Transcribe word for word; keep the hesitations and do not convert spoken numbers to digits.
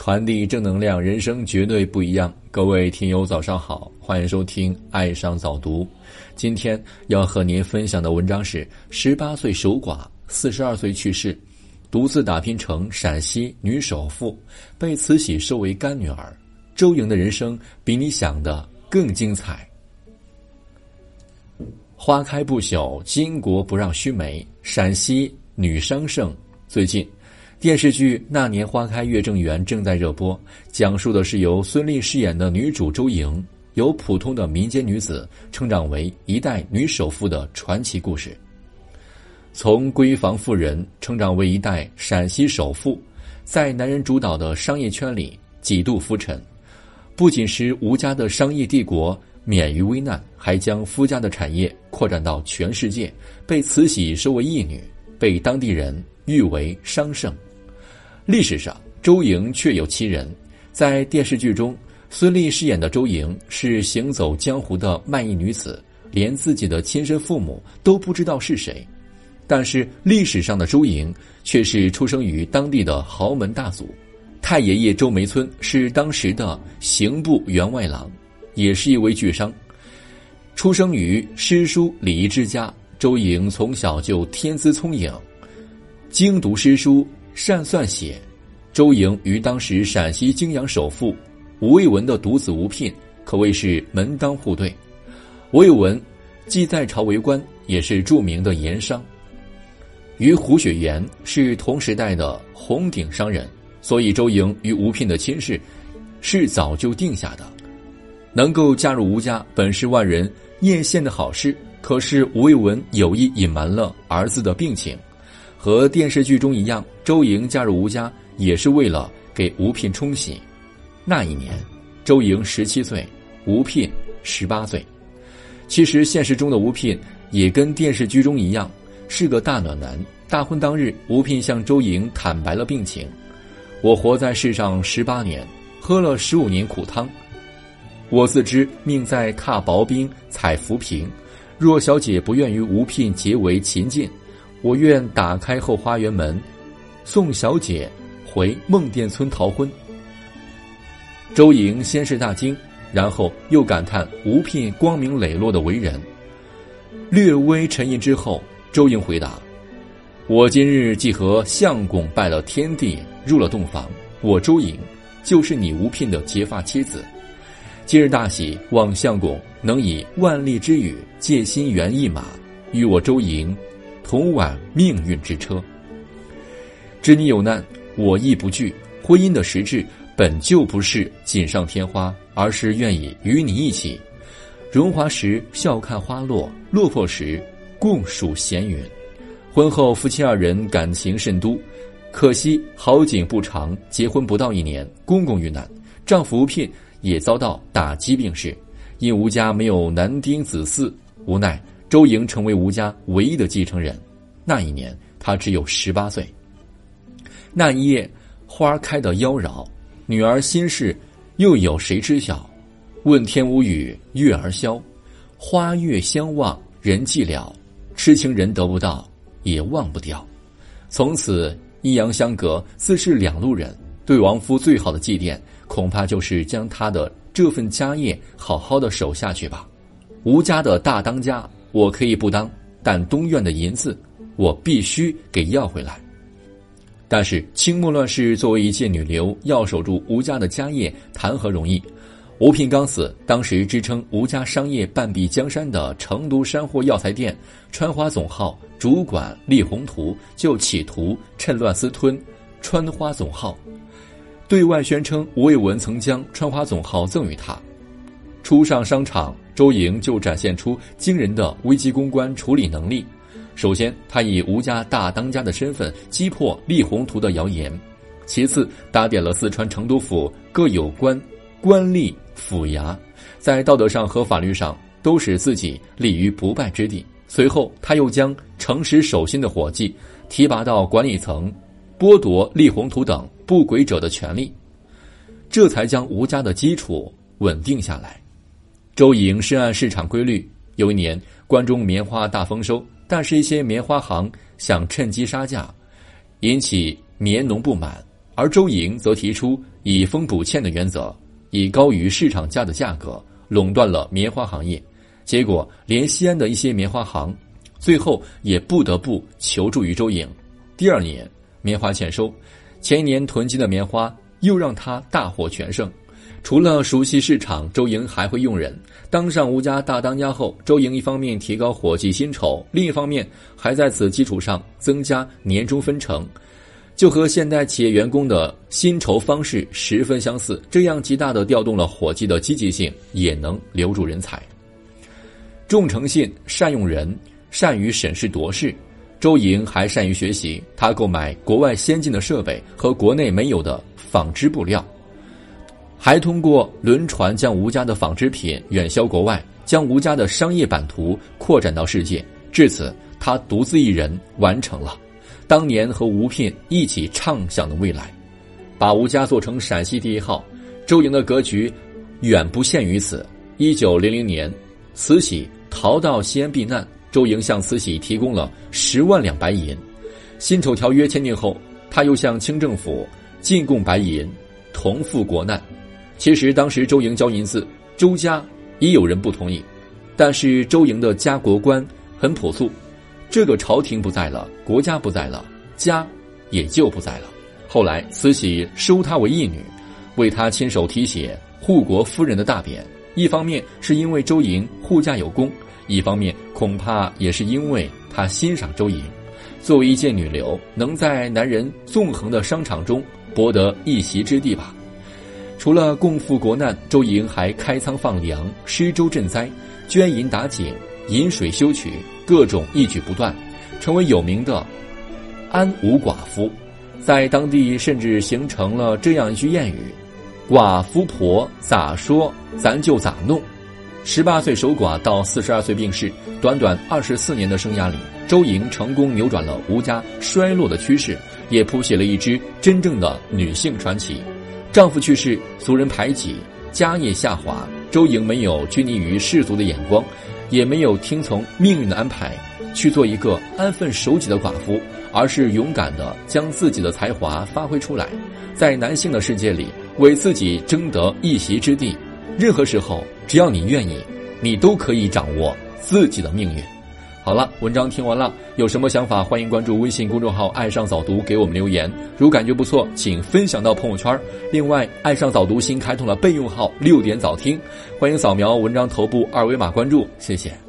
传递正能量，人生绝对不一样。各位听友早上好，欢迎收听爱上早读。今天要和您分享的文章是十八岁守寡，四十二岁去世，独自打拼成陕西女首富，被慈禧收为干女儿。周莹的人生比你想的更精彩。花开不朽，巾帼不让须眉，陕西女商盛。最近电视剧《那年花开月正圆》正在热播，讲述的是由孙俪饰演的女主周莹，由普通的民间女子成长为一代女首富的传奇故事。从闺房妇人成长为一代陕西首富，在男人主导的商业圈里几度浮沉，不仅使吴家的商业帝国免于危难，还将夫家的产业扩展到全世界，被慈禧收为义女，被当地人誉为商圣。历史上周莹确有其人，在电视剧中，孙俪饰演的周莹是行走江湖的卖艺女子，连自己的亲生父母都不知道是谁。但是历史上的周莹却是出生于当地的豪门大族，太爷爷周梅村是当时的刑部员外郎，也是一位巨商。出生于诗书礼仪之家，周莹从小就天资聪颖，精读诗书，善算写。周莹与当时陕西泾阳首富吴卫文的独子吴聘可谓是门当户对。吴卫文既在朝为官，也是著名的盐商，与胡雪岩是同时代的红顶商人，所以周莹与吴聘的亲事是早就定下的。能够嫁入吴家本是万人艳羡的好事，可是吴卫文有意隐瞒了儿子的病情。和电视剧中一样，周莹嫁入吴家也是为了给吴聘冲喜。那一年周莹十七岁，吴聘十八岁。其实现实中的吴聘也跟电视剧中一样，是个大暖男。大婚当日，吴聘向周莹坦白了病情：我活在世上十八年，喝了十五年苦汤，我自知命在踏薄冰采浮萍，若小姐不愿与吴聘结为秦晋，我愿打开后花园门，送小姐回孟店村逃婚。周莹先是大惊，然后又感叹吴聘光明磊落的为人。略微沉吟之后，周莹回答：我今日既和相公拜了天地，入了洞房，我周莹就是你吴聘的结发妻子。今日大喜，望相公能以万利之语借心猿一马，与我周莹同挽命运之车。知你有难，我亦不惧。婚姻的实质本就不是锦上添花，而是愿意与你一起，荣华时笑看花落，落魄时共数闲云。婚后夫妻二人感情甚笃，可惜好景不长，结婚不到一年，公公遇难，丈夫吴聘也遭到打击病逝。因吴家没有男丁子嗣，无奈周莹成为吴家唯一的继承人。那一年她只有十八岁。那一夜花开得妖娆，女儿心事又有谁知晓？问天无语，月儿消，花月相望人寂寥，痴情人得不到，也忘不掉。从此阴阳相隔，自是两路人。对亡夫最好的祭奠，恐怕就是将他的这份家业好好的守下去吧。吴家的大当家我可以不当，但东院的银子我必须给要回来。但是清末乱世，作为一介女流，要守住吴家的家业谈何容易。吴聘刚死，当时支撑吴家商业半壁江山的成都山货药材店川花总号主管厉宏图就企图趁乱私吞川花总号，对外宣称吴卫文曾将川花总号赠与他。初上商场，周莹就展现出惊人的危机公关处理能力。首先，他以吴家大当家的身份击破厉宏图的谣言；其次，打点了四川成都府各有关官吏府衙，在道德上和法律上都使自己立于不败之地。随后，他又将诚实守信的伙计提拔到管理层，剥夺厉宏图等不轨者的权利，这才将吴家的基础稳定下来。周莹深谙市场规律，有一年关中棉花大丰收，但是一些棉花行想趁机杀价，引起棉农不满。 而周莹则提出以风补欠的原则，以高于市场价的价格垄断了棉花行业，结果连西安的一些棉花行最后也不得不求助于周莹。第二年棉花欠收，前一年囤积的棉花又让他大获全胜。除了熟悉市场，周莹还会用人。当上吴家大当家后，周莹一方面提高伙计薪酬，另一方面还在此基础上增加年终分成，就和现代企业员工的薪酬方式十分相似，这样极大地调动了伙计的积极性，也能留住人才。重诚信，善用人，善于审时度势。周莹还善于学习，他购买国外先进的设备和国内没有的纺织布料，还通过轮船将吴家的纺织品远销国外，将吴家的商业版图扩展到世界。至此，他独自一人完成了当年和吴聘一起畅想的未来，把吴家做成陕西第一号。周莹的格局远不限于此。一九零零年，慈禧逃到西安避难，周莹向慈禧提供了十万两白银。辛丑条约签订后，他又向清政府进贡白银，同赴国难。其实当时周莹交银子，周家也有人不同意，但是周莹的家国观很朴素，这个朝廷不在了，国家不在了，家也就不在了。后来慈禧收她为义女，为她亲手题写护国夫人的大匾，一方面是因为周莹护驾有功，一方面恐怕也是因为她欣赏周莹作为一介女流，能在男人纵横的商场中博得一席之地吧。除了共赴国难，周莹还开仓放粮，施粥赈灾，捐银打井，引水修渠，各种一举不断，成为有名的安吴寡妇。在当地甚至形成了这样一句谚语：寡妇婆咋说咱就咋弄。十八岁守寡到四十二岁病逝，短短二十四年的生涯里，周莹成功扭转了吴家衰落的趋势，也谱写了一支真正的女性传奇。丈夫去世，族人排挤，家业下滑，周莹没有拘泥于世俗的眼光，也没有听从命运的安排去做一个安分守己的寡妇，而是勇敢地将自己的才华发挥出来，在男性的世界里为自己争得一席之地。任何时候，只要你愿意，你都可以掌握自己的命运。好了，文章听完了，有什么想法欢迎关注微信公众号爱上早读给我们留言，如感觉不错请分享到朋友圈。另外，爱上早读新开通了备用号六点早听，欢迎扫描文章头部二维码关注，谢谢。